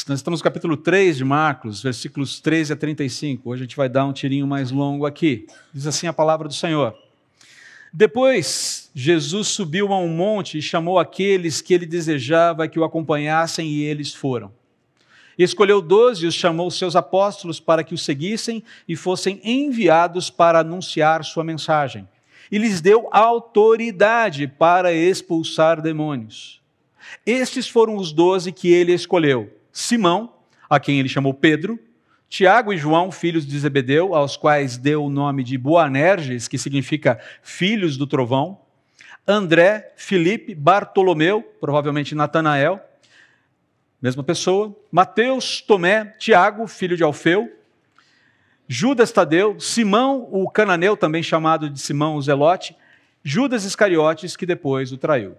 nós estamos no capítulo 3 de Marcos, versículos 13 a 35. Hoje a gente vai dar um tirinho mais longo aqui. Diz assim a palavra do Senhor. Depois, Jesus subiu a um monte e chamou aqueles que ele desejava que o acompanhassem, e eles foram. Escolheu 12 e os chamou seus apóstolos para que o seguissem e fossem enviados para anunciar sua mensagem. E lhes deu autoridade para expulsar demônios. Estes foram os 12 que ele escolheu: Simão, a quem ele chamou Pedro, Tiago e João, filhos de Zebedeu, aos quais deu o nome de Boanerges, que significa filhos do trovão, André, Filipe, Bartolomeu, provavelmente Natanael, mesma pessoa, Mateus, Tomé, Tiago, filho de Alfeu, Judas Tadeu, Simão, o cananeu, também chamado de Simão o Zelote, Judas Iscariotes, que depois o traiu.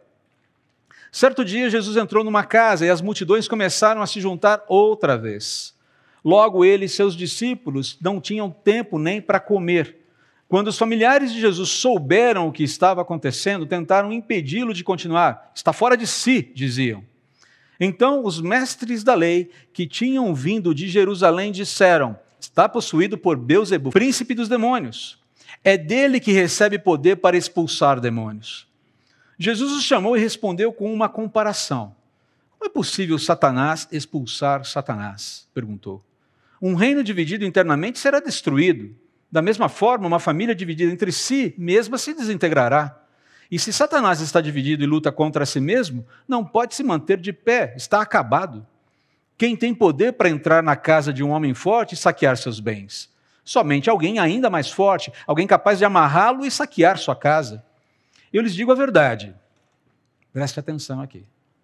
Certo dia, Jesus entrou numa casa e as multidões começaram a se juntar outra vez. Logo, ele e seus discípulos não tinham tempo nem para comer. Quando os familiares de Jesus souberam o que estava acontecendo, tentaram impedi-lo de continuar. Está fora de si, diziam. Então, os mestres da lei, que tinham vindo de Jerusalém, disseram: está possuído por Beelzebu, príncipe dos demônios. É dele que recebe poder para expulsar demônios. Jesus os chamou e respondeu com uma comparação. Como é possível Satanás expulsar Satanás? Perguntou. Um reino dividido internamente será destruído. Da mesma forma, uma família dividida entre si mesma se desintegrará. E se Satanás está dividido e luta contra si mesmo, não pode se manter de pé, está acabado. Quem tem poder para entrar na casa de um homem forte e saquear seus bens? Somente alguém ainda mais forte, alguém capaz de amarrá-lo e saquear sua casa. Eu lhes digo a verdade. Preste atenção aqui.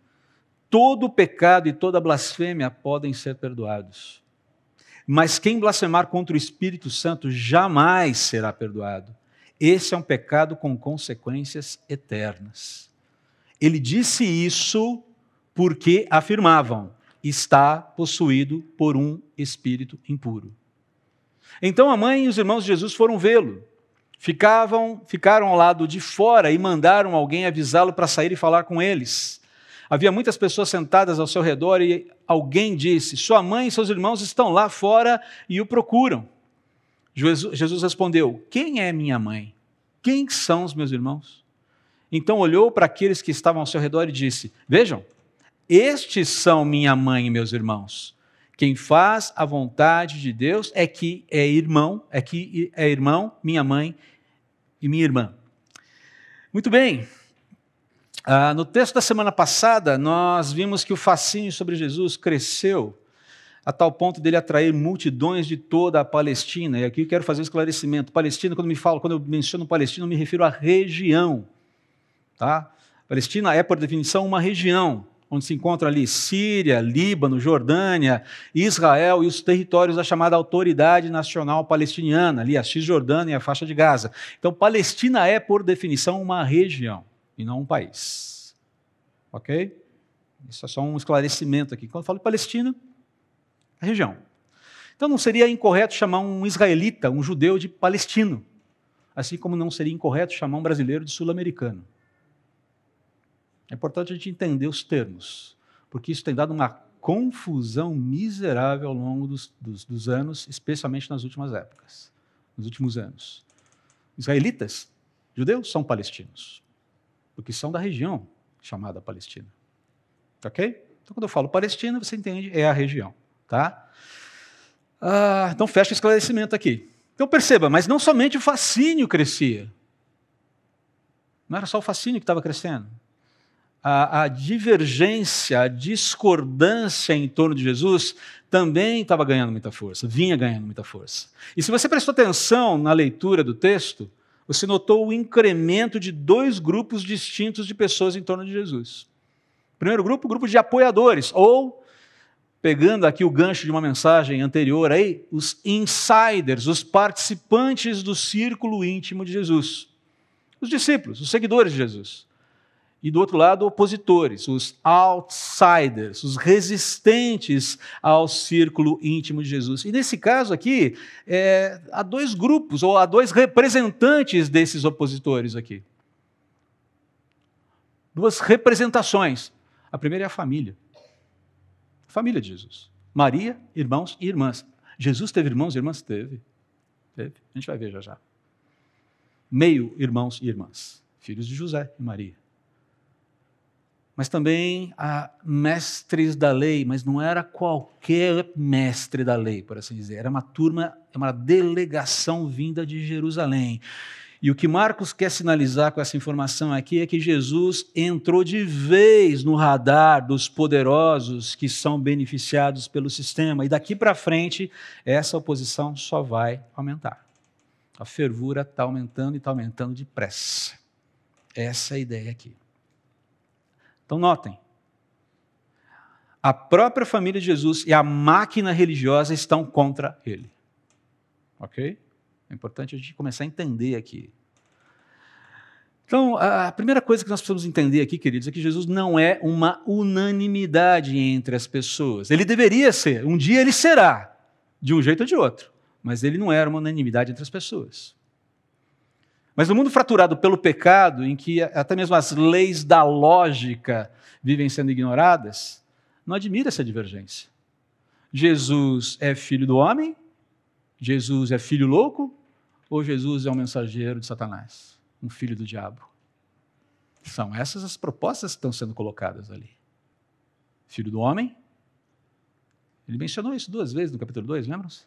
Todo pecado e toda blasfêmia podem ser perdoados. Mas quem blasfemar contra o Espírito Santo jamais será perdoado. Esse é um pecado com consequências eternas. Ele disse isso porque afirmavam: está possuído por um espírito impuro. Então a mãe e os irmãos de Jesus foram vê-lo. Ficaram ao lado de fora e mandaram alguém avisá-lo para sair e falar com eles. Havia muitas pessoas sentadas ao seu redor e alguém disse: sua mãe e seus irmãos estão lá fora e o procuram. Jesus respondeu: quem é minha mãe? Quem são os meus irmãos? Então olhou para aqueles que estavam ao seu redor e disse: vejam, estes são minha mãe e meus irmãos. Quem faz a vontade de Deus é irmão, minha mãe e minha irmã. Muito bem. No texto da semana passada, nós vimos que o fascínio sobre Jesus cresceu a tal ponto dele atrair multidões de toda a Palestina. E aqui eu quero fazer um esclarecimento. Palestina, quando eu menciono Palestina, eu me refiro à região. Tá? Palestina é, por definição, uma região onde se encontram ali Síria, Líbano, Jordânia, Israel e os territórios da chamada Autoridade Nacional Palestiniana, ali a Cisjordânia e a faixa de Gaza. Então, Palestina é, por definição, uma região e não um país. Ok? Isso é só um esclarecimento aqui. Quando eu falo de Palestina, é região. Então, não seria incorreto chamar um israelita, um judeu, de palestino, assim como não seria incorreto chamar um brasileiro de sul-americano. É importante a gente entender os termos, porque isso tem dado uma confusão miserável ao longo dos anos, especialmente nas últimas épocas, nos últimos anos. Israelitas, judeus, são palestinos, porque são da região chamada Palestina. Ok? Então, quando eu falo Palestina, você entende, é a região. Tá? Então, fecha o esclarecimento aqui. Então, perceba, mas não somente o fascínio crescia. Não era só o fascínio que estava crescendo. A divergência, a discordância em torno de Jesus também estava ganhando muita força, vinha ganhando muita força. E se você prestou atenção na leitura do texto, você notou o incremento de 2 grupos distintos de pessoas em torno de Jesus. Primeiro grupo, o grupo de apoiadores, ou, pegando aqui o gancho de uma mensagem anterior aí, os insiders, os participantes do círculo íntimo de Jesus. Os discípulos, os seguidores de Jesus. E do outro lado, opositores, os outsiders, os resistentes ao círculo íntimo de Jesus. E nesse caso aqui, há 2 grupos, ou há 2 representantes desses opositores aqui. 2 representações. A primeira é a família. A família de Jesus. Maria, irmãos e irmãs. Jesus teve irmãos e irmãs? Teve. Teve. A gente vai ver já já. Meio irmãos e irmãs, filhos de José e Maria. Mas também mestres da lei, mas não era qualquer mestre da lei, por assim dizer. Era uma turma, uma delegação vinda de Jerusalém. E o que Marcos quer sinalizar com essa informação aqui é que Jesus entrou de vez no radar dos poderosos que são beneficiados pelo sistema. E daqui para frente, essa oposição só vai aumentar. A fervura está aumentando e está aumentando depressa. Essa é a ideia aqui. Então notem, a própria família de Jesus e a máquina religiosa estão contra ele. Ok? É importante a gente começar a entender aqui. Então, a primeira coisa que nós precisamos entender aqui, queridos, é que Jesus não é uma unanimidade entre as pessoas. Ele deveria ser, um dia ele será, de um jeito ou de outro, mas ele não era uma unanimidade entre as pessoas. Mas no mundo fraturado pelo pecado, em que até mesmo as leis da lógica vivem sendo ignoradas, não admira essa divergência. Jesus é filho do homem? Jesus é filho louco? Ou Jesus é um mensageiro de Satanás? Um filho do diabo? São essas as propostas que estão sendo colocadas ali. Filho do homem? Ele mencionou isso 2 vezes no capítulo 2, lembram-se?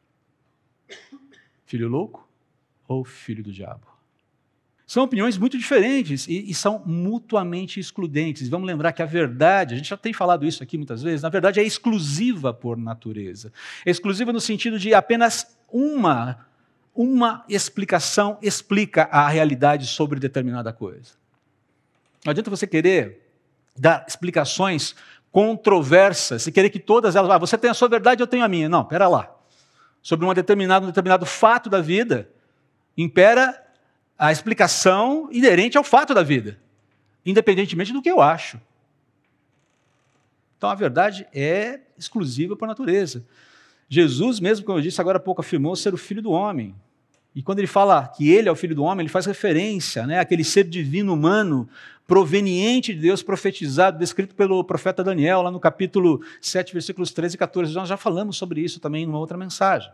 Filho louco ou filho do diabo? São opiniões muito diferentes e são mutuamente excludentes. Vamos lembrar que a verdade, a gente já tem falado isso aqui muitas vezes, na verdade é exclusiva por natureza. É exclusiva no sentido de apenas uma explicação explica a realidade sobre determinada coisa. Não adianta você querer dar explicações controversas e querer que todas elas... você tem a sua verdade, eu tenho a minha. Não, pera lá. Sobre um determinado fato da vida, impera a explicação inerente ao fato da vida, independentemente do que eu acho. Então a verdade é exclusiva por natureza. Jesus, mesmo como eu disse agora há pouco, afirmou ser o Filho do Homem. E quando ele fala que ele é o Filho do Homem, ele faz referência àquele ser divino humano, proveniente de Deus, profetizado, descrito pelo profeta Daniel, lá no capítulo 7, versículos 13 e 14. Nós já falamos sobre isso também numa outra mensagem.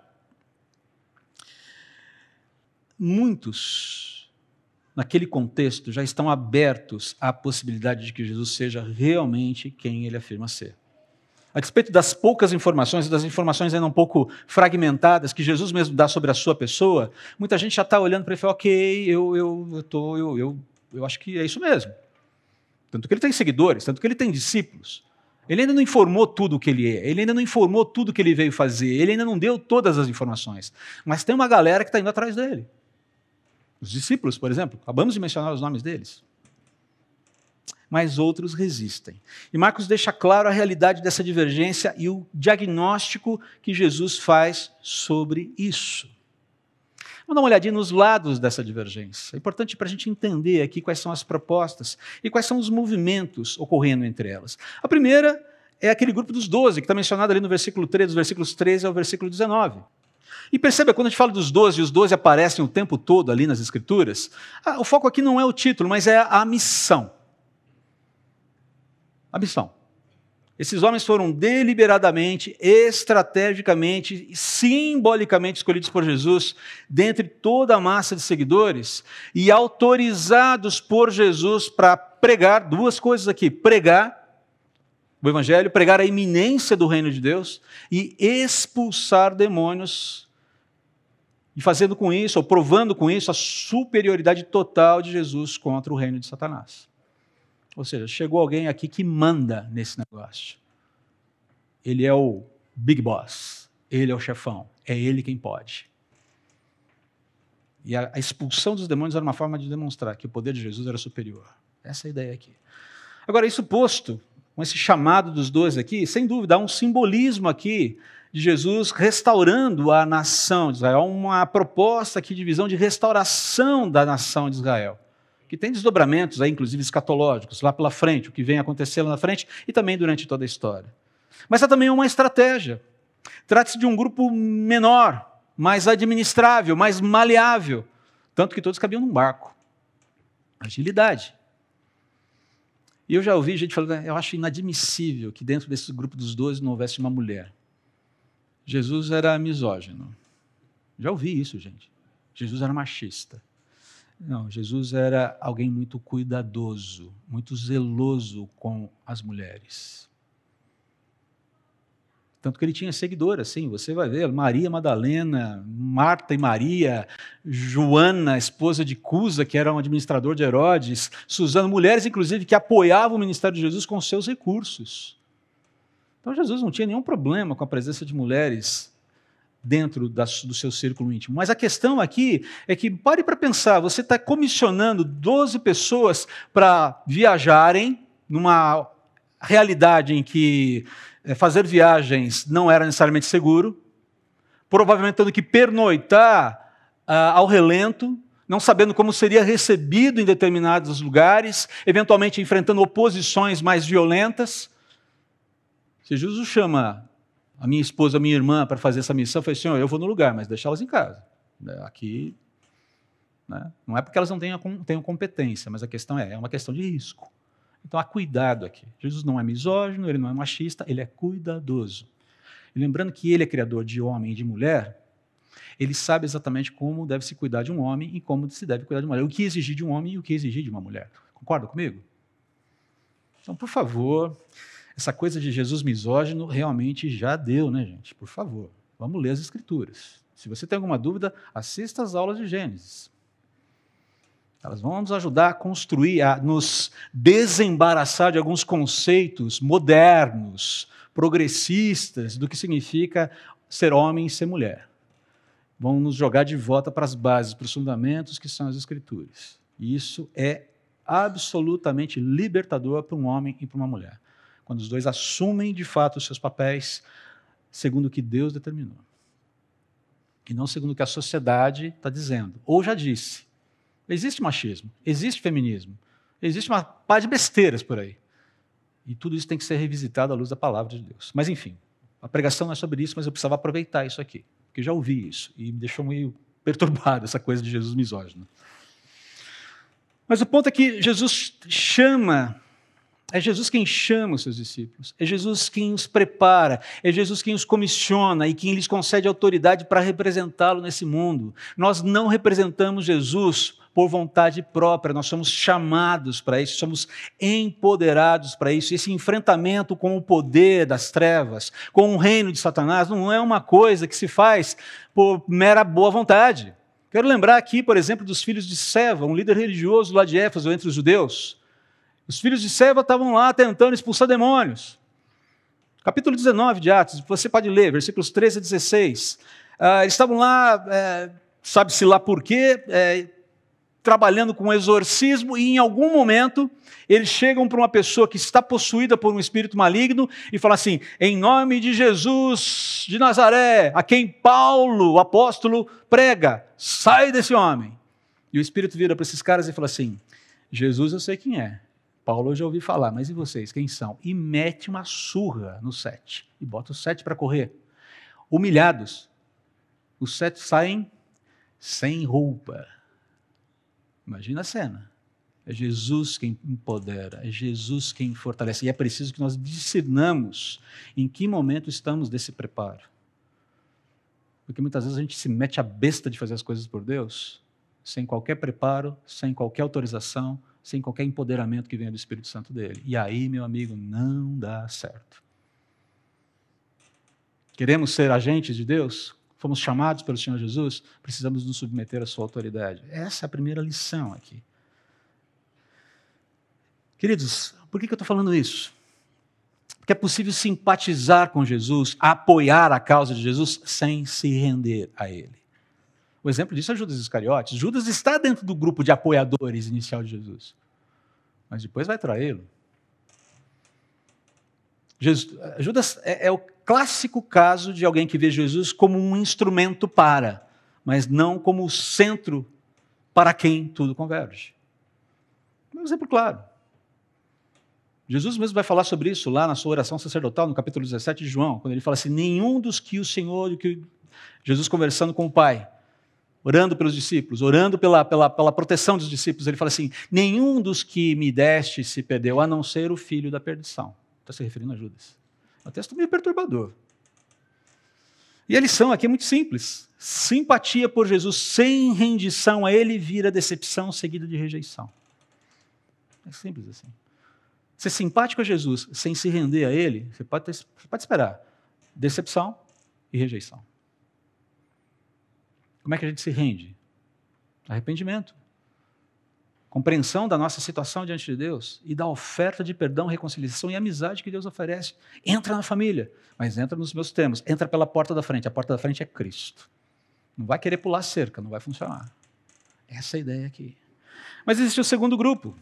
Muitos, naquele contexto, já estão abertos à possibilidade de que Jesus seja realmente quem ele afirma ser. A despeito das poucas informações, das informações ainda um pouco fragmentadas que Jesus mesmo dá sobre a sua pessoa, muita gente já está olhando para ele e fala, ok, eu acho que é isso mesmo. Tanto que ele tem seguidores, tanto que ele tem discípulos. Ele ainda não informou tudo o que ele é, ele ainda não informou tudo o que ele veio fazer, ele ainda não deu todas as informações. Mas tem uma galera que está indo atrás dele. Os discípulos, por exemplo, acabamos de mencionar os nomes deles. Mas outros resistem. E Marcos deixa claro a realidade dessa divergência e o diagnóstico que Jesus faz sobre isso. Vamos dar uma olhadinha nos lados dessa divergência. É importante para a gente entender aqui quais são as propostas e quais são os movimentos ocorrendo entre elas. A primeira é aquele grupo dos 12, que está mencionado ali no versículo 3, dos versículos 13 ao versículo 19. E perceba, quando a gente fala dos 12, e os 12 aparecem o tempo todo ali nas Escrituras, o foco aqui não é o título, mas é a missão. A missão. Esses homens foram deliberadamente, estrategicamente e simbolicamente escolhidos por Jesus dentre toda a massa de seguidores e autorizados por Jesus para pregar 2 coisas aqui. Pregar o Evangelho, pregar a iminência do reino de Deus e expulsar demônios e fazendo com isso, ou provando com isso, a superioridade total de Jesus contra o reino de Satanás. Ou seja, chegou alguém aqui que manda nesse negócio. Ele é o big boss, ele é o chefão, é ele quem pode. E a expulsão dos demônios era uma forma de demonstrar que o poder de Jesus era superior. Essa é a ideia aqui. Agora, isso posto, com esse chamado dos 12 aqui, sem dúvida, há um simbolismo aqui de Jesus restaurando a nação de Israel, uma proposta aqui de visão de restauração da nação de Israel, que tem desdobramentos, aí, inclusive escatológicos, lá pela frente, o que vem acontecendo lá na frente e também durante toda a história. Mas há também uma estratégia. Trata-se de um grupo menor, mais administrável, mais maleável, tanto que todos cabiam num barco. Agilidade. E eu já ouvi gente falando, eu acho inadmissível que dentro desse grupo dos 12 não houvesse uma mulher. Jesus era misógino. Já ouvi isso, gente. Jesus era machista. Não, Jesus era alguém muito cuidadoso, muito zeloso com as mulheres. Tanto que ele tinha seguidoras, sim, você vai ver, Maria Madalena, Marta e Maria, Joana, esposa de Cusa, que era um administrador de Herodes, Susana, mulheres, inclusive, que apoiavam o ministério de Jesus com seus recursos. Então, Jesus não tinha nenhum problema com a presença de mulheres dentro do seu círculo íntimo. Mas a questão aqui é que, pare para pensar, você está comissionando 12 pessoas para viajarem numa realidade em que fazer viagens não era necessariamente seguro, provavelmente tendo que pernoitar ao relento, não sabendo como seria recebido em determinados lugares, eventualmente enfrentando oposições mais violentas. Se Jesus chama a minha esposa, a minha irmã, para fazer essa missão, eu falei, Senhor, eu vou no lugar, mas deixa elas em casa. Aqui, né? Não é porque elas não tenham competência, mas a questão é uma questão de risco. Então há cuidado aqui. Jesus não é misógino, ele não é machista, ele é cuidadoso. E lembrando que ele é criador de homem e de mulher, ele sabe exatamente como deve se cuidar de um homem e como se deve cuidar de uma mulher. O que exigir de um homem e o que exigir de uma mulher. Concorda comigo? Então, por favor, essa coisa de Jesus misógino realmente já deu, né, gente? Por favor, vamos ler as Escrituras. Se você tem alguma dúvida, assista às aulas de Gênesis. Elas vão nos ajudar a construir, a nos desembaraçar de alguns conceitos modernos, progressistas, do que significa ser homem e ser mulher. Vão nos jogar de volta para as bases, para os fundamentos que são as Escrituras. E isso é absolutamente libertador para um homem e para uma mulher. Quando os dois assumem de fato os seus papéis segundo o que Deus determinou. E não segundo o que a sociedade está dizendo. Ou já disse. Existe machismo, existe feminismo, existe uma pá de besteiras por aí. E tudo isso tem que ser revisitado à luz da palavra de Deus. Mas enfim, a pregação não é sobre isso, mas eu precisava aproveitar isso aqui, porque já ouvi isso e me deixou meio perturbado essa coisa de Jesus misógino. Mas o ponto é que Jesus chama, é Jesus quem chama os seus discípulos, é Jesus quem os prepara, é Jesus quem os comissiona e quem lhes concede autoridade para representá-lo nesse mundo. Nós não representamos Jesus por vontade própria, nós somos chamados para isso, somos empoderados para isso. Esse enfrentamento com o poder das trevas, com o reino de Satanás, não é uma coisa que se faz por mera boa vontade. Quero lembrar aqui, por exemplo, dos filhos de Seva, um líder religioso lá de Éfeso, entre os judeus. Os filhos de Seva estavam lá tentando expulsar demônios. Capítulo 19 de Atos, você pode ler, versículos 13 a 16. Eles estavam lá, sabe-se lá por quê, trabalhando com exorcismo, e em algum momento eles chegam para uma pessoa que está possuída por um espírito maligno e falam assim, em nome de Jesus de Nazaré, a quem Paulo, o apóstolo, prega, sai desse homem. E o espírito vira para esses caras e fala assim, Jesus eu sei quem é, Paulo eu já ouvi falar, mas e vocês, quem são? E mete uma surra no 7, e bota os 7 para correr. Humilhados, os 7 saem sem roupa. Imagina a cena. É Jesus quem empodera, é Jesus quem fortalece. E é preciso que nós discernamos em que momento estamos desse preparo. Porque muitas vezes a gente se mete a besta de fazer as coisas por Deus, sem qualquer preparo, sem qualquer autorização, sem qualquer empoderamento que venha do Espírito Santo dele. E aí, meu amigo, não dá certo. Queremos ser agentes de Deus? Fomos chamados pelo Senhor Jesus, precisamos nos submeter à sua autoridade. Essa é a primeira lição aqui. Queridos, por que eu estou falando isso? Porque é possível simpatizar com Jesus, apoiar a causa de Jesus, sem se render a Ele. O exemplo disso é Judas Iscariotes. Judas está dentro do grupo de apoiadores inicial de Jesus, mas depois vai traí-lo. Judas é o clássico caso de alguém que vê Jesus como um instrumento para, mas não como o centro para quem tudo converge. Um exemplo claro. Jesus mesmo vai falar sobre isso lá na sua oração sacerdotal, no capítulo 17 de João, quando ele fala assim, nenhum dos que o Senhor, Jesus conversando com o Pai, orando pelos discípulos, orando pela proteção dos discípulos, ele fala assim, nenhum dos que me deste se perdeu, a não ser o filho da perdição. Está se referindo a Judas. É um texto meio perturbador. E a lição aqui é muito simples. Simpatia por Jesus sem rendição a Ele vira decepção seguida de rejeição. É simples assim. Ser simpático a Jesus sem se render a Ele, você pode esperar decepção e rejeição. Como é que a gente se rende? Arrependimento. Compreensão da nossa situação diante de Deus e da oferta de perdão, reconciliação e amizade que Deus oferece. Entra na família, mas entra nos meus termos. Entra pela porta da frente. A porta da frente é Cristo. Não vai querer pular cerca, não vai funcionar. Essa é a ideia aqui. Mas existe o segundo grupo,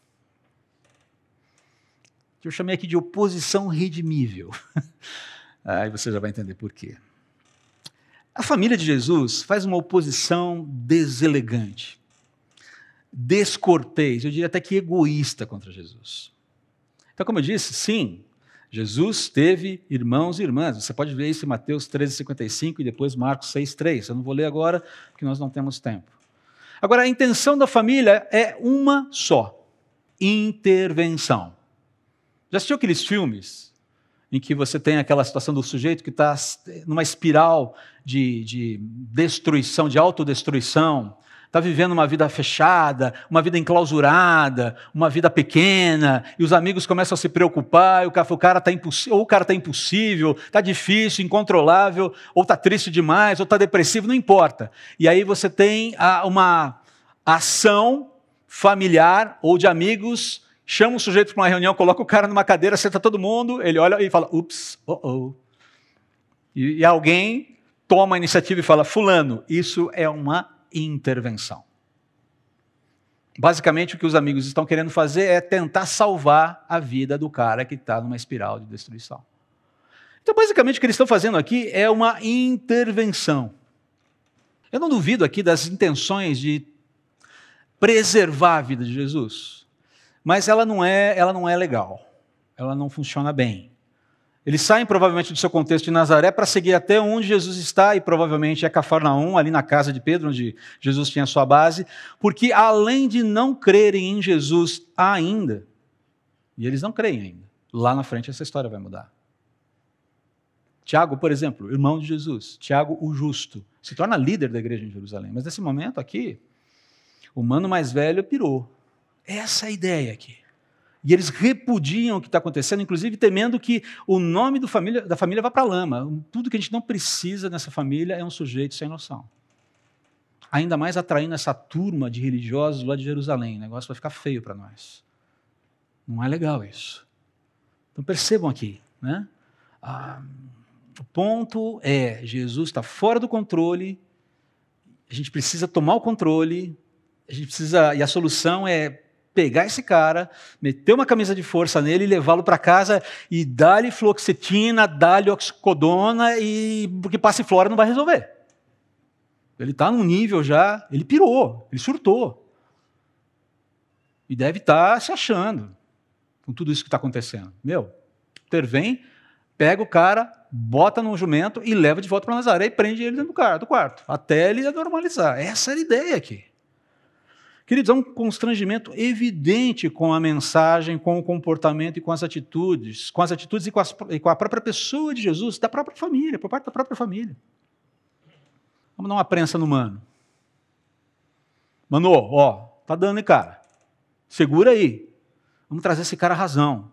que eu chamei aqui de oposição redimível. Aí você já vai entender por quê. A família de Jesus faz uma oposição deselegante, descortês, eu diria até que egoísta contra Jesus. Então, como eu disse, sim, Jesus teve irmãos e irmãs. Você pode ver isso em Mateus 13,55 e depois Marcos 6,3. Eu não vou ler agora, porque nós não temos tempo. Agora, a intenção da família é uma só: intervenção. Já assistiu aqueles filmes em que você tem aquela situação do sujeito que está numa espiral de destruição, de autodestruição, está vivendo uma vida fechada, uma vida enclausurada, uma vida pequena, e os amigos começam a se preocupar, e o cara está impossível, ou o cara está impossível, está difícil, incontrolável, ou está triste demais, ou está depressivo, não importa. E aí você tem uma ação familiar ou de amigos, chama o sujeito para uma reunião, coloca o cara numa cadeira, senta todo mundo, ele olha e fala, ups, E alguém toma a iniciativa e fala, fulano, isso é uma intervenção. Basicamente, o que os amigos estão querendo fazer é tentar salvar a vida do cara que está numa espiral de destruição. Então, basicamente, o que eles estão fazendo aqui é uma intervenção. Eu não duvido aqui das intenções de preservar a vida de Jesus, mas ela não é legal, ela não funciona bem. Eles saem provavelmente do seu contexto de Nazaré para seguir até onde Jesus está, e provavelmente é Cafarnaum, ali na casa de Pedro, onde Jesus tinha sua base, porque além de não crerem em Jesus ainda, e eles não creem ainda, lá na frente essa história vai mudar. Tiago, por exemplo, irmão de Jesus, Tiago o Justo, se torna líder da igreja em Jerusalém, mas nesse momento aqui, o mano mais velho pirou. Essa é a ideia aqui. E eles repudiam o que está acontecendo, inclusive temendo que o nome da família vá para a lama. Tudo que a gente não precisa nessa família é um sujeito sem noção. Ainda mais atraindo essa turma de religiosos lá de Jerusalém. O negócio vai ficar feio para nós. Não é legal isso. Então percebam aqui, né? O ponto é, Jesus está fora do controle, a gente precisa tomar o controle, e a solução é pegar esse cara, meter uma camisa de força nele, levá-lo para casa e dar-lhe fluoxetina, dar-lhe oxicodona, porque passiflora não vai resolver. Ele está num nível já, ele pirou, ele surtou. E deve estar se achando com tudo isso que está acontecendo. Intervém, pega o cara, bota no jumento e leva de volta para Nazaré e prende ele dentro do quarto, até ele normalizar. Essa era a ideia aqui. Queridos, há um constrangimento evidente com a mensagem, com o comportamento e com as atitudes e com a própria pessoa de Jesus, da própria família, por parte da própria família. Vamos dar uma prensa no mano. Mano, tá dando, hein, cara? Segura aí. Vamos trazer esse cara à razão.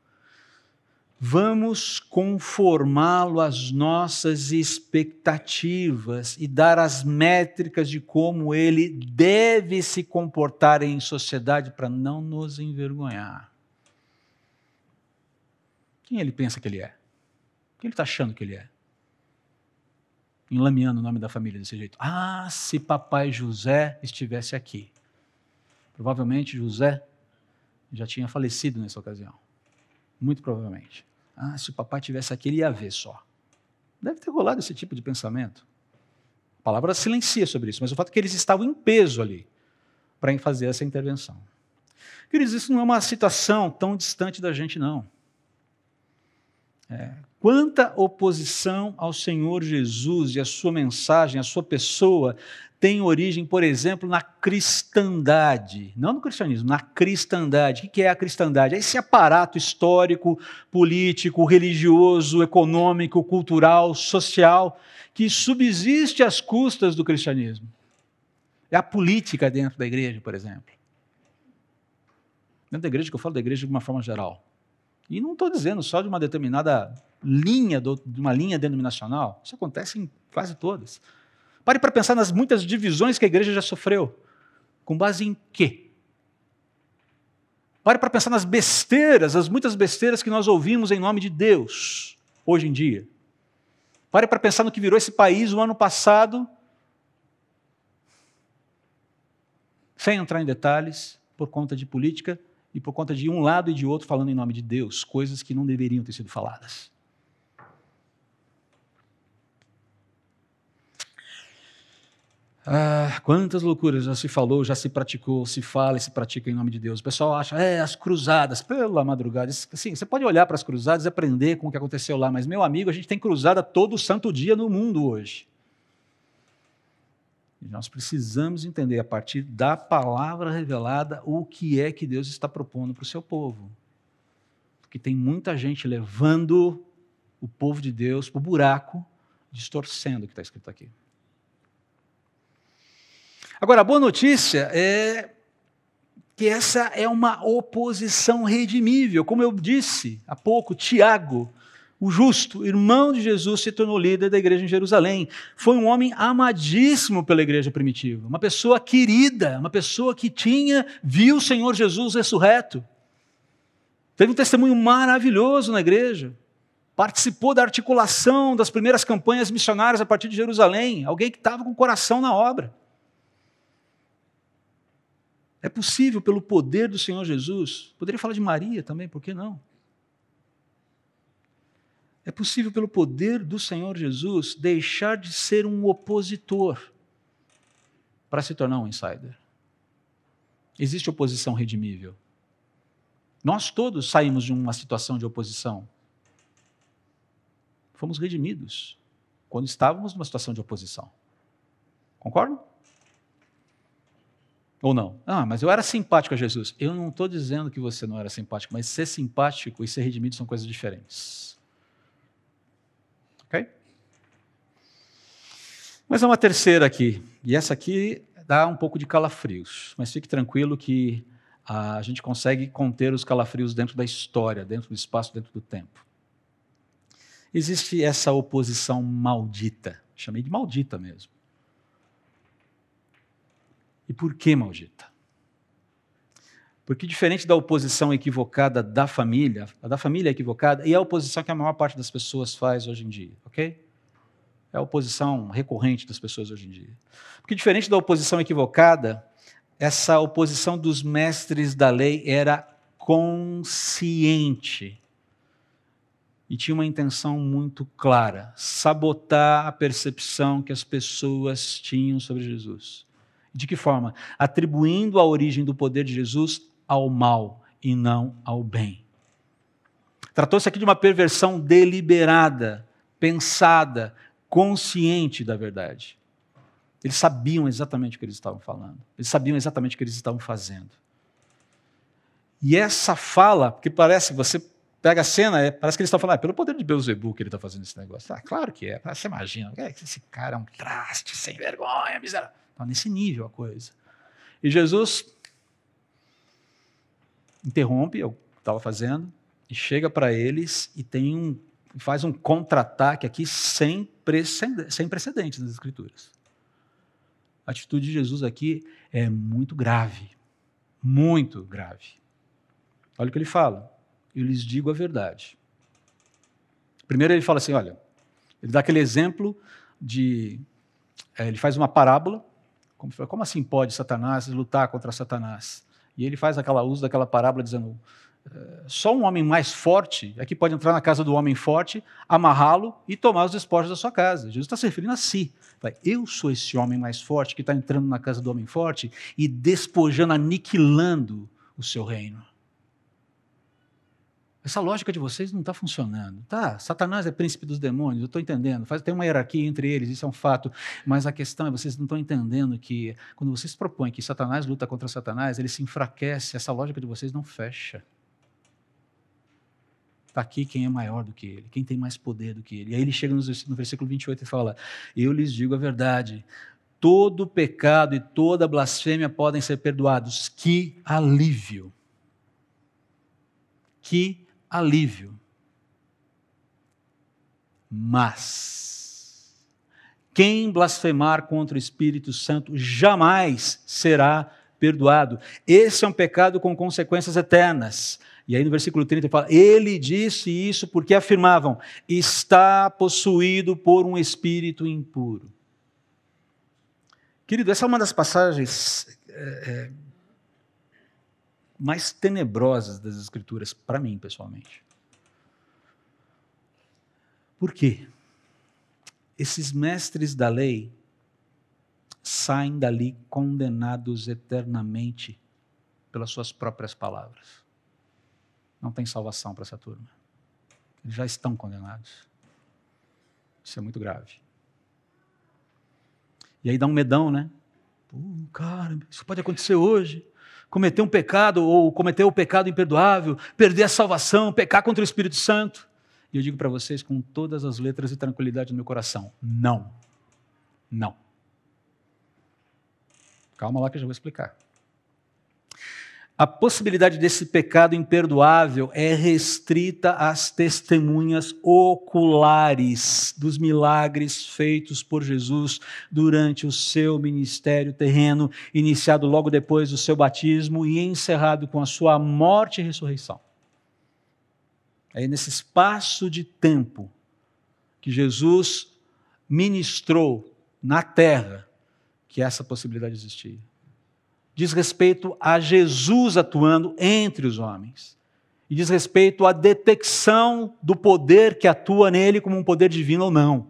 Vamos conformá-lo às nossas expectativas e dar as métricas de como ele deve se comportar em sociedade para não nos envergonhar. Quem ele pensa que ele é? Quem ele está achando que ele é? Enlameando o nome da família desse jeito. Se papai José estivesse aqui. Provavelmente José já tinha falecido nessa ocasião. Muito provavelmente. Se o papai estivesse aqui, ele ia ver só. Deve ter rolado esse tipo de pensamento. A palavra silencia sobre isso, mas o fato é que eles estavam em peso ali para fazer essa intervenção. Queridos, isso não é uma situação tão distante da gente, não. Quanta oposição ao Senhor Jesus e à sua mensagem, à sua pessoa, tem origem, por exemplo, na cristandade. Não no cristianismo, na cristandade. O que é a cristandade? É esse aparato histórico, político, religioso, econômico, cultural, social, que subsiste às custas do cristianismo. É a política dentro da igreja, por exemplo. Dentro da igreja, que eu falo da igreja de uma forma geral. E não estou dizendo só de uma determinada linha, de uma linha denominacional. Isso acontece em quase todas. Pare para pensar nas muitas divisões que a igreja já sofreu. Com base em quê? Pare para pensar nas besteiras, as muitas besteiras que nós ouvimos em nome de Deus, hoje em dia. Pare para pensar no que virou esse país o ano passado, sem entrar em detalhes, por conta de política e por conta de um lado e de outro falando em nome de Deus, coisas que não deveriam ter sido faladas. Quantas loucuras já se falou, já se praticou, se fala e se pratica em nome de Deus. O pessoal acha, as cruzadas, pela madrugada. Assim, você pode olhar para as cruzadas e aprender com o que aconteceu lá, mas, meu amigo, a gente tem cruzada todo santo dia no mundo hoje. E nós precisamos entender, a partir da palavra revelada, o que é que Deus está propondo para o seu povo. Porque tem muita gente levando o povo de Deus para o buraco, distorcendo o que está escrito aqui. Agora, a boa notícia é que essa é uma oposição redimível. Como eu disse há pouco, Tiago, o justo, irmão de Jesus, se tornou líder da igreja em Jerusalém. Foi um homem amadíssimo pela igreja primitiva, uma pessoa querida, uma pessoa que viu o Senhor Jesus ressurreto. Teve um testemunho maravilhoso na igreja. Participou da articulação das primeiras campanhas missionárias a partir de Jerusalém. Alguém que estava com o coração na obra. É possível, pelo poder do Senhor Jesus, poderia falar de Maria também, por que não? É possível, pelo poder do Senhor Jesus, deixar de ser um opositor para se tornar um insider. Existe oposição redimível. Nós todos saímos de uma situação de oposição. Fomos redimidos quando estávamos numa situação de oposição. Concordam? Ou não? Mas eu era simpático a Jesus. Eu não estou dizendo que você não era simpático, mas ser simpático e ser redimido são coisas diferentes. Ok? Mas há uma terceira aqui, e essa aqui dá um pouco de calafrios, mas fique tranquilo que a gente consegue conter os calafrios dentro da história, dentro do espaço, dentro do tempo. Existe essa oposição maldita, chamei de maldita mesmo. E por que maldita? Porque diferente da oposição equivocada da família, a da família é equivocada, e é a oposição que a maior parte das pessoas faz hoje em dia, ok? É a oposição recorrente das pessoas hoje em dia. Porque diferente da oposição equivocada, essa oposição dos mestres da lei era consciente. E tinha uma intenção muito clara, sabotar a percepção que as pessoas tinham sobre Jesus. De que forma? Atribuindo a origem do poder de Jesus ao mal e não ao bem. Tratou-se aqui de uma perversão deliberada, pensada, consciente da verdade. Eles sabiam exatamente o que eles estavam falando. Eles sabiam exatamente o que eles estavam fazendo. E essa fala, porque parece, você pega a cena, parece que eles estão falando, pelo poder de Beelzebub que ele está fazendo esse negócio. Claro que é. Você imagina, esse cara é um traste, sem vergonha, miserável. Está nesse nível a coisa. E Jesus interrompe o que estava fazendo e chega para eles e faz um contra-ataque aqui sem precedentes nas Escrituras. A atitude de Jesus aqui é muito grave. Muito grave. Olha o que ele fala. Eu lhes digo a verdade. Primeiro ele fala assim, olha, ele dá aquele exemplo ele faz uma parábola. Como assim pode Satanás lutar contra Satanás? E ele faz uso daquela parábola dizendo, só um homem mais forte é que pode entrar na casa do homem forte, amarrá-lo e tomar os despojos da sua casa. Jesus está se referindo a si. Eu sou esse homem mais forte que está entrando na casa do homem forte e despojando, aniquilando o seu reino. Essa lógica de vocês não está funcionando. Tá, Satanás é príncipe dos demônios, eu estou entendendo. Tem uma hierarquia entre eles, isso é um fato. Mas a questão é, vocês não estão entendendo que, quando vocês propõem que Satanás luta contra Satanás, ele se enfraquece, essa lógica de vocês não fecha. Está aqui quem é maior do que ele, quem tem mais poder do que ele. E aí ele chega no versículo 28 e fala, eu lhes digo a verdade, todo pecado e toda blasfêmia podem ser perdoados. Que alívio! Que alívio. Mas quem blasfemar contra o Espírito Santo jamais será perdoado. Esse é um pecado com consequências eternas. E aí no versículo 30 ele fala, ele disse isso porque afirmavam, está possuído por um espírito impuro. Querido, essa é uma das passagens mais tenebrosas das Escrituras, para mim, pessoalmente. Por quê? Esses mestres da lei saem dali condenados eternamente pelas suas próprias palavras. Não tem salvação para essa turma. Eles já estão condenados. Isso é muito grave. E aí dá um medão, né? Cara, isso pode acontecer hoje. Cometer um pecado, ou cometer o pecado imperdoável, perder a salvação, pecar contra o Espírito Santo. E eu digo para vocês com todas as letras e tranquilidade no meu coração, não. Não. Calma lá que eu já vou explicar. A possibilidade desse pecado imperdoável é restrita às testemunhas oculares dos milagres feitos por Jesus durante o seu ministério terreno, iniciado logo depois do seu batismo e encerrado com a sua morte e ressurreição. É nesse espaço de tempo que Jesus ministrou na terra que essa possibilidade existia. Diz respeito a Jesus atuando entre os homens. E diz respeito à detecção do poder que atua nele como um poder divino ou não.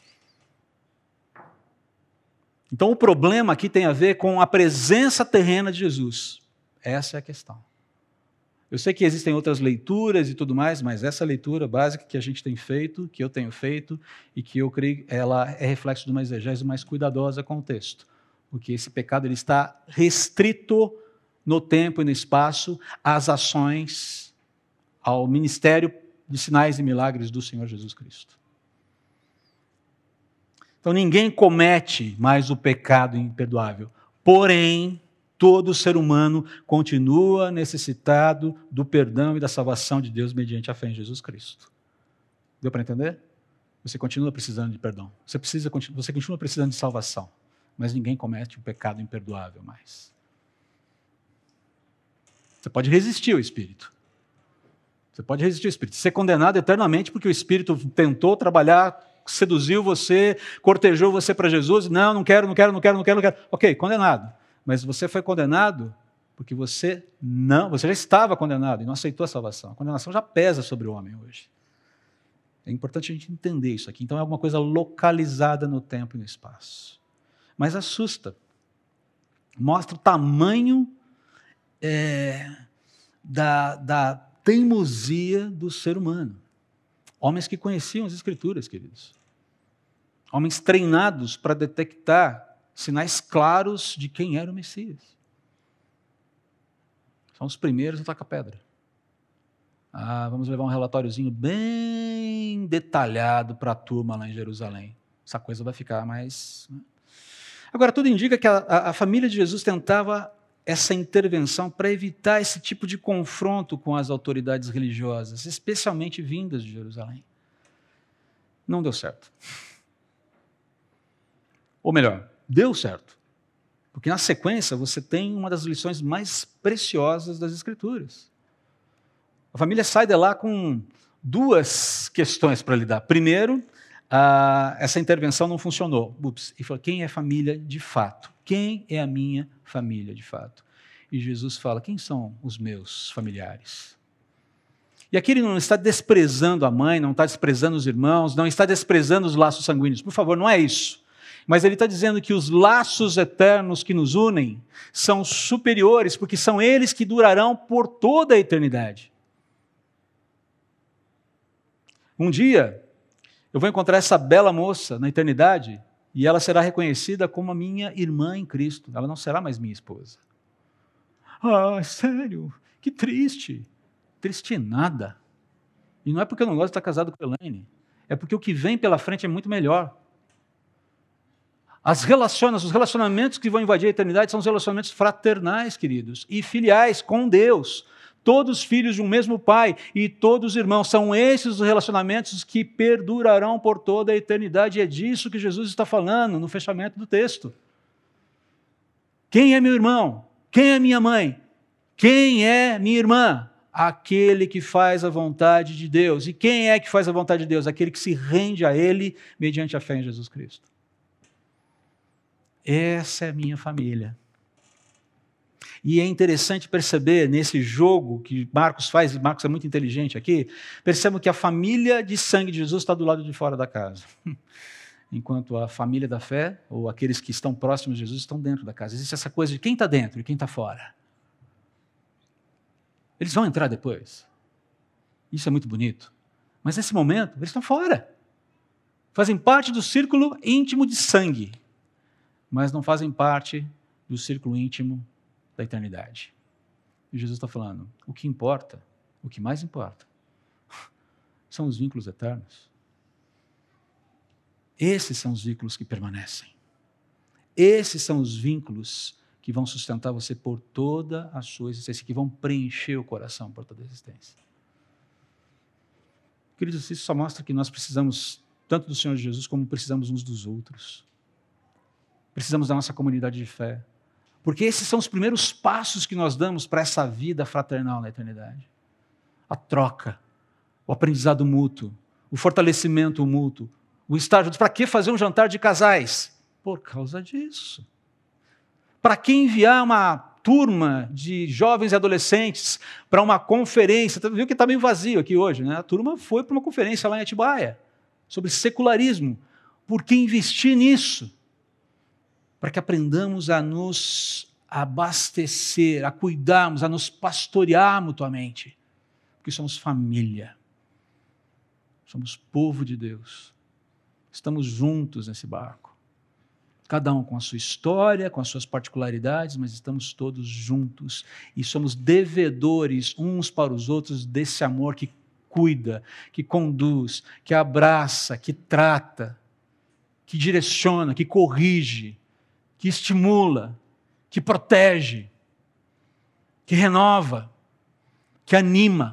Então o problema aqui tem a ver com a presença terrena de Jesus. Essa é a questão. Eu sei que existem outras leituras e tudo mais, mas essa leitura básica que a gente tem feito, que eu tenho feito, e que eu creio ela é reflexo de uma exegese mais cuidadosa com o texto. Porque esse pecado ele está restrito no tempo e no espaço às ações, ao ministério de sinais e milagres do Senhor Jesus Cristo. Então ninguém comete mais o pecado imperdoável. Porém, todo ser humano continua necessitado do perdão e da salvação de Deus mediante a fé em Jesus Cristo. Deu para entender? Você continua precisando de perdão. Você continua precisando de salvação. Mas ninguém comete o pecado imperdoável mais. Você pode resistir ao Espírito. Você pode resistir ao Espírito. Ser condenado eternamente porque o Espírito tentou trabalhar, seduziu você, cortejou você para Jesus. Não quero. Ok, condenado. Mas você foi condenado porque você já estava condenado e não aceitou a salvação. A condenação já pesa sobre o homem hoje. É importante a gente entender isso aqui. Então é alguma coisa localizada no tempo e no espaço. Mas assusta. Mostra o tamanho da teimosia do ser humano. Homens que conheciam as Escrituras, queridos. Homens treinados para detectar sinais claros de quem era o Messias. São os primeiros a tacar pedra. Vamos levar um relatóriozinho bem detalhado para a turma lá em Jerusalém. Essa coisa vai ficar mais... Agora, tudo indica que a família de Jesus tentava essa intervenção para evitar esse tipo de confronto com as autoridades religiosas, especialmente vindas de Jerusalém. Não deu certo. Ou melhor, deu certo. Porque na sequência você tem uma das lições mais preciosas das Escrituras. A família sai de lá com duas questões para lidar. Primeiro, essa intervenção não funcionou. E falou, quem é família de fato? Quem é a minha família de fato? E Jesus fala, quem são os meus familiares? E aqui ele não está desprezando a mãe, não está desprezando os irmãos, não está desprezando os laços sanguíneos. Por favor, não é isso. Mas ele está dizendo que os laços eternos que nos unem são superiores, porque são eles que durarão por toda a eternidade. Um dia, eu vou encontrar essa bela moça na eternidade e ela será reconhecida como a minha irmã em Cristo. Ela não será mais minha esposa. Ah, sério? Que triste. Triste nada. E não é porque eu não gosto de estar casado com a Elaine. É porque o que vem pela frente é muito melhor. Os relacionamentos que vão invadir a eternidade são os relacionamentos fraternais, queridos, e filiais com Deus. Todos filhos de um mesmo pai e todos irmãos. São esses os relacionamentos que perdurarão por toda a eternidade. E é disso que Jesus está falando no fechamento do texto. Quem é meu irmão? Quem é minha mãe? Quem é minha irmã? Aquele que faz a vontade de Deus. E quem é que faz a vontade de Deus? Aquele que se rende a Ele mediante a fé em Jesus Cristo. Essa é a minha família. E é interessante perceber nesse jogo que Marcos faz, e Marcos é muito inteligente aqui, percebam que a família de sangue de Jesus está do lado de fora da casa. Enquanto a família da fé, ou aqueles que estão próximos de Jesus, estão dentro da casa. Existe essa coisa de quem está dentro e quem está fora. Eles vão entrar depois. Isso é muito bonito. Mas nesse momento, eles estão fora. Fazem parte do círculo íntimo de sangue, mas não fazem parte do círculo íntimo da eternidade. E Jesus está falando, o que importa, o que mais importa, são os vínculos eternos. Esses são os vínculos que permanecem. Esses são os vínculos que vão sustentar você por toda a sua existência, que vão preencher o coração por toda a existência. Queridos, isso só mostra que nós precisamos tanto do Senhor Jesus como precisamos uns dos outros. Precisamos da nossa comunidade de fé. Porque esses são os primeiros passos que nós damos para essa vida fraternal na eternidade. A troca, o aprendizado mútuo, o fortalecimento mútuo, o estar juntos. Para que fazer um jantar de casais? Por causa disso. Para que enviar uma turma de jovens e adolescentes para uma conferência? Viu que está meio vazio aqui hoje, né? A turma foi para uma conferência lá em Atibaia, sobre secularismo. Por que investir nisso? Para que aprendamos a nos abastecer, a cuidarmos, a nos pastorear mutuamente. Porque somos família. Somos povo de Deus. Estamos juntos nesse barco. Cada um com a sua história, com as suas particularidades, mas estamos todos juntos. E somos devedores uns para os outros desse amor que cuida, que conduz, que abraça, que trata, que direciona, que corrige, que estimula, que protege, que renova, que anima.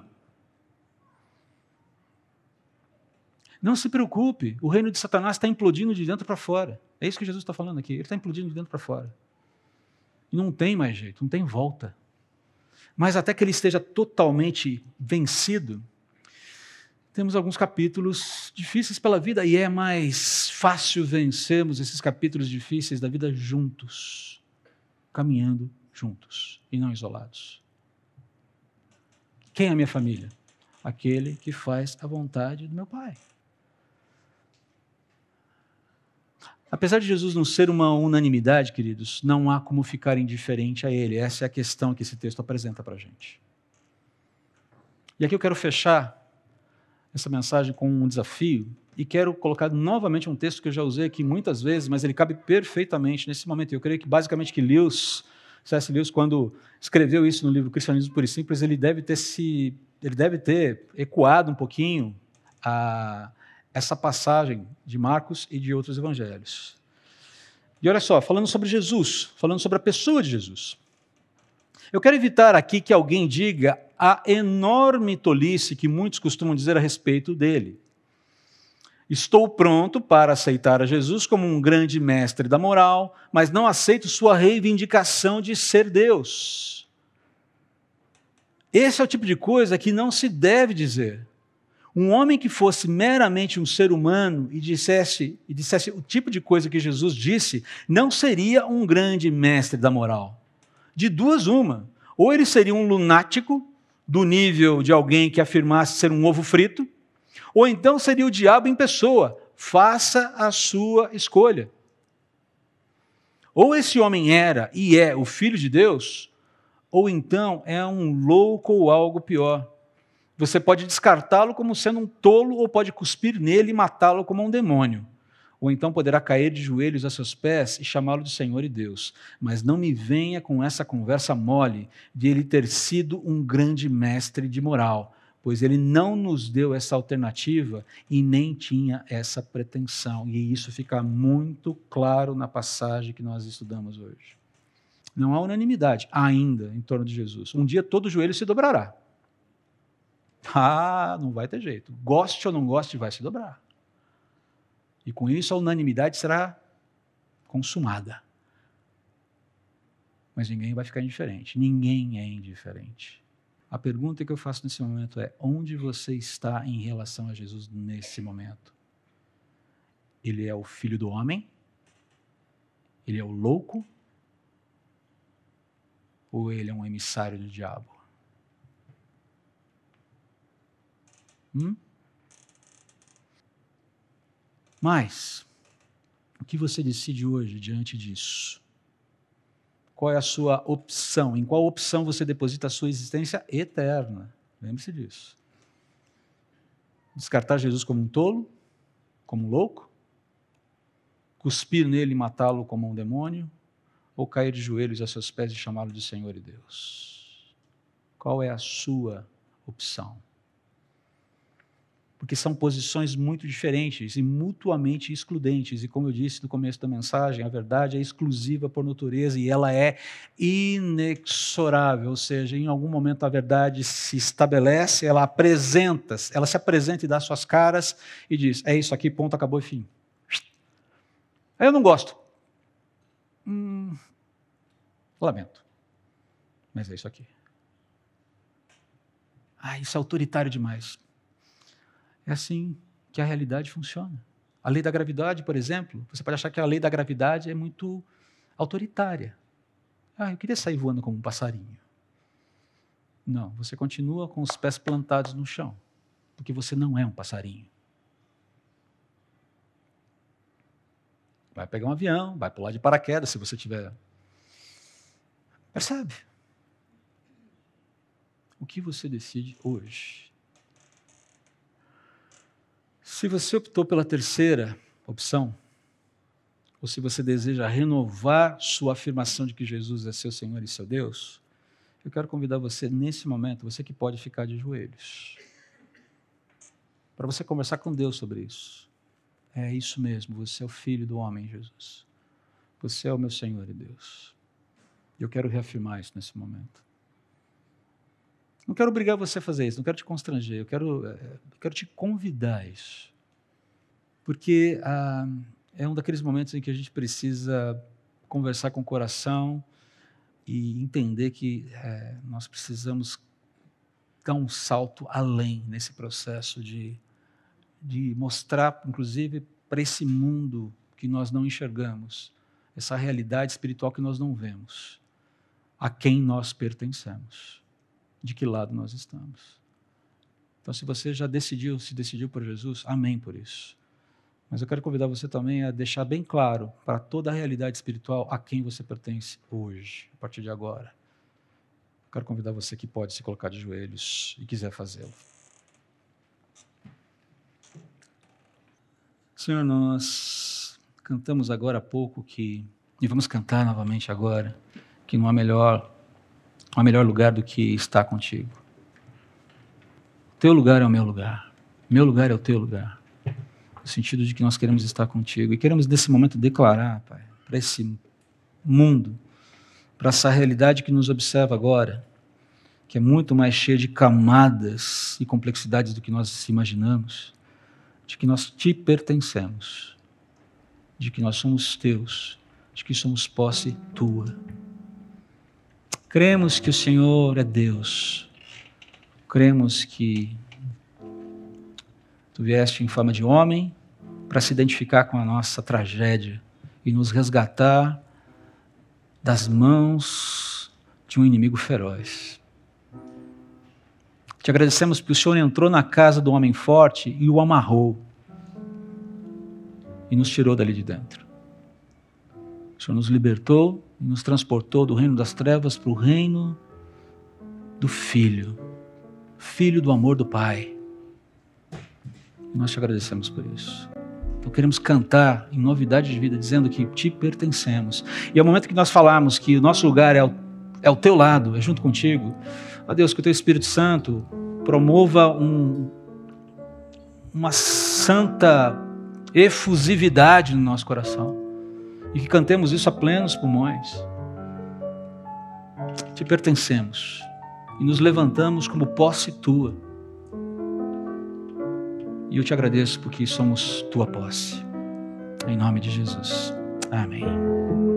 Não se preocupe, o reino de Satanás está implodindo de dentro para fora. É isso que Jesus está falando aqui, ele está implodindo de dentro para fora. E não tem mais jeito, não tem volta. Mas até que ele esteja totalmente vencido, temos alguns capítulos difíceis pela vida e é mais fácil vencermos esses capítulos difíceis da vida juntos, caminhando juntos e não isolados. Quem é a minha família? Aquele que faz a vontade do meu Pai. Apesar de Jesus não ser uma unanimidade, queridos, não há como ficar indiferente a Ele. Essa é a questão que esse texto apresenta para a gente. E aqui eu quero fechar essa mensagem com um desafio e quero colocar novamente um texto que eu já usei aqui muitas vezes, mas ele cabe perfeitamente nesse momento. Eu creio que basicamente que C.S. Lewis, quando escreveu isso no livro Cristianismo Puro e Simples, ele deve ter ecoado um pouquinho essa passagem de Marcos e de outros evangelhos. E olha só, falando sobre Jesus, falando sobre a pessoa de Jesus. Eu quero evitar aqui que alguém diga a enorme tolice que muitos costumam dizer a respeito dele. Estou pronto para aceitar a Jesus como um grande mestre da moral, mas não aceito sua reivindicação de ser Deus. Esse é o tipo de coisa que não se deve dizer. Um homem que fosse meramente um ser humano e dissesse o tipo de coisa que Jesus disse, não seria um grande mestre da moral. De duas, uma. Ou ele seria um lunático, do nível de alguém que afirmasse ser um ovo frito, ou então seria o diabo em pessoa. Faça a sua escolha. Ou esse homem era e é o Filho de Deus, ou então é um louco ou algo pior. Você pode descartá-lo como sendo um tolo ou pode cuspir nele e matá-lo como um demônio. Ou então poderá cair de joelhos a seus pés e chamá-lo de Senhor e Deus. Mas não me venha com essa conversa mole de ele ter sido um grande mestre de moral, pois ele não nos deu essa alternativa e nem tinha essa pretensão. E isso fica muito claro na passagem que nós estudamos hoje. Não há unanimidade ainda em torno de Jesus. Um dia todo joelho se dobrará. Não vai ter jeito. Goste ou não goste, vai se dobrar. E com isso a unanimidade será consumada. Mas ninguém vai ficar indiferente. Ninguém é indiferente. A pergunta que eu faço nesse momento é: onde você está em relação a Jesus nesse momento? Ele é o filho do homem? Ele é o louco? Ou ele é um emissário do diabo? Mas, o que você decide hoje diante disso? Qual é a sua opção? Em qual opção você deposita a sua existência eterna? Lembre-se disso. Descartar Jesus como um tolo? Como um louco? Cuspir nele e matá-lo como um demônio? Ou cair de joelhos a seus pés e chamá-lo de Senhor e Deus? Qual é a sua opção? Porque são posições muito diferentes e mutuamente excludentes. E como eu disse no começo da mensagem, a verdade é exclusiva por natureza e ela é inexorável. Ou seja, em algum momento a verdade se estabelece, ela se apresenta e dá suas caras e diz: é isso aqui, ponto, acabou e fim. Aí eu não gosto. Lamento. Mas é isso aqui. Isso é autoritário demais. É assim que a realidade funciona. A lei da gravidade, por exemplo, você pode achar que a lei da gravidade é muito autoritária. Eu queria sair voando como um passarinho. Não, você continua com os pés plantados no chão, porque você não é um passarinho. Vai pegar um avião, vai pular de paraquedas se você tiver. Percebe? O que você decide hoje? Se você optou pela terceira opção, ou se você deseja renovar sua afirmação de que Jesus é seu Senhor e seu Deus, eu quero convidar você nesse momento, você que pode ficar de joelhos, para você conversar com Deus sobre isso. É isso mesmo, você é o Filho do homem, Jesus. Você é o meu Senhor e Deus. Eu quero reafirmar isso nesse momento. Não quero obrigar você a fazer isso, não quero te constranger, eu quero te convidar a isso. Porque é um daqueles momentos em que a gente precisa conversar com o coração e entender que nós precisamos dar um salto além nesse processo de mostrar, inclusive, para esse mundo que nós não enxergamos, essa realidade espiritual que nós não vemos, a quem nós pertencemos. De que lado nós estamos. Então, se você já se decidiu por Jesus, amém por isso. Mas eu quero convidar você também a deixar bem claro para toda a realidade espiritual a quem você pertence hoje, a partir de agora. Eu quero convidar você que pode se colocar de joelhos e quiser fazê-lo. Senhor, nós cantamos agora há pouco e vamos cantar novamente agora, que não há melhor lugar do que estar contigo. Teu lugar é o meu lugar é o teu lugar, no sentido de que nós queremos estar contigo e queremos nesse momento declarar, Pai, para esse mundo, para essa realidade que nos observa agora, que é muito mais cheia de camadas e complexidades do que nós imaginamos, de que nós te pertencemos, de que nós somos teus, de que somos posse tua. Cremos que o Senhor é Deus. Cremos que tu vieste em forma de homem para se identificar com a nossa tragédia e nos resgatar das mãos de um inimigo feroz. Te agradecemos porque o Senhor entrou na casa do homem forte e o amarrou e nos tirou dali de dentro. O Senhor nos libertou e nos transportou do reino das trevas para o reino do Filho. filho do amor do Pai. E nós te agradecemos por isso. Então queremos cantar em novidade de vida, dizendo que te pertencemos. E é o momento que nós falamos que o nosso lugar é ao teu lado, é junto contigo. Ó Deus, que o teu Espírito Santo promova uma santa efusividade no nosso coração. E que cantemos isso a plenos pulmões. Te pertencemos. E nos levantamos como posse tua. E eu te agradeço porque somos tua posse. Em nome de Jesus. Amém.